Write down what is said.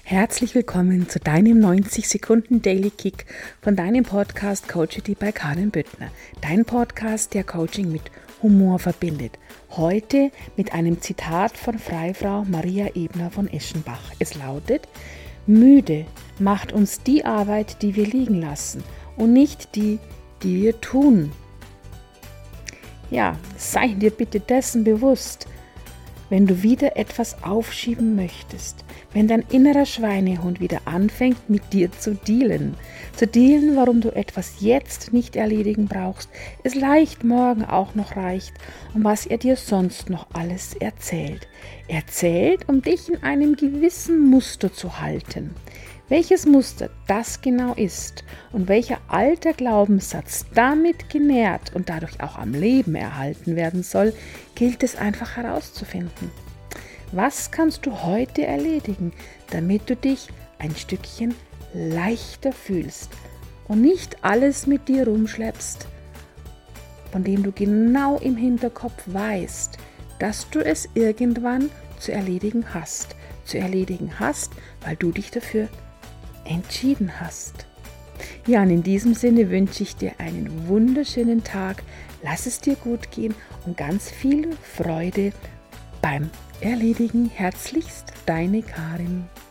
Herzlich willkommen zu deinem 90 Sekunden Daily Kick von deinem Podcast Coachity bei Karin Büttner. Dein Podcast, der Coaching mit Humor verbindet. Heute mit einem Zitat von Freifrau Maria Ebner von Eschenbach. Es lautet: Müde macht uns die Arbeit, die wir liegen lassen und nicht die, die wir tun. Ja, sei dir bitte dessen bewusst, wenn du wieder etwas aufschieben möchtest, wenn dein innerer Schweinehund wieder anfängt, mit dir zu dealen, warum du etwas jetzt nicht erledigen brauchst, es leicht morgen auch noch reicht und was er dir sonst noch alles erzählt. Erzählt, um dich in einem gewissen Muster zu halten. Welches Muster das genau ist und welcher alter Glaubenssatz damit genährt und dadurch auch am Leben erhalten werden soll, gilt es einfach herauszufinden. Was kannst du heute erledigen, damit du dich ein Stückchen leichter fühlst und nicht alles mit dir rumschleppst, von dem du genau im Hinterkopf weißt, dass du es irgendwann zu erledigen hast, weil du dich dafür entschieden hast. Ja, und in diesem Sinne wünsche ich dir einen wunderschönen Tag. Lass es dir gut gehen und ganz viel Freude beim Erledigen. Herzlichst, deine Karin.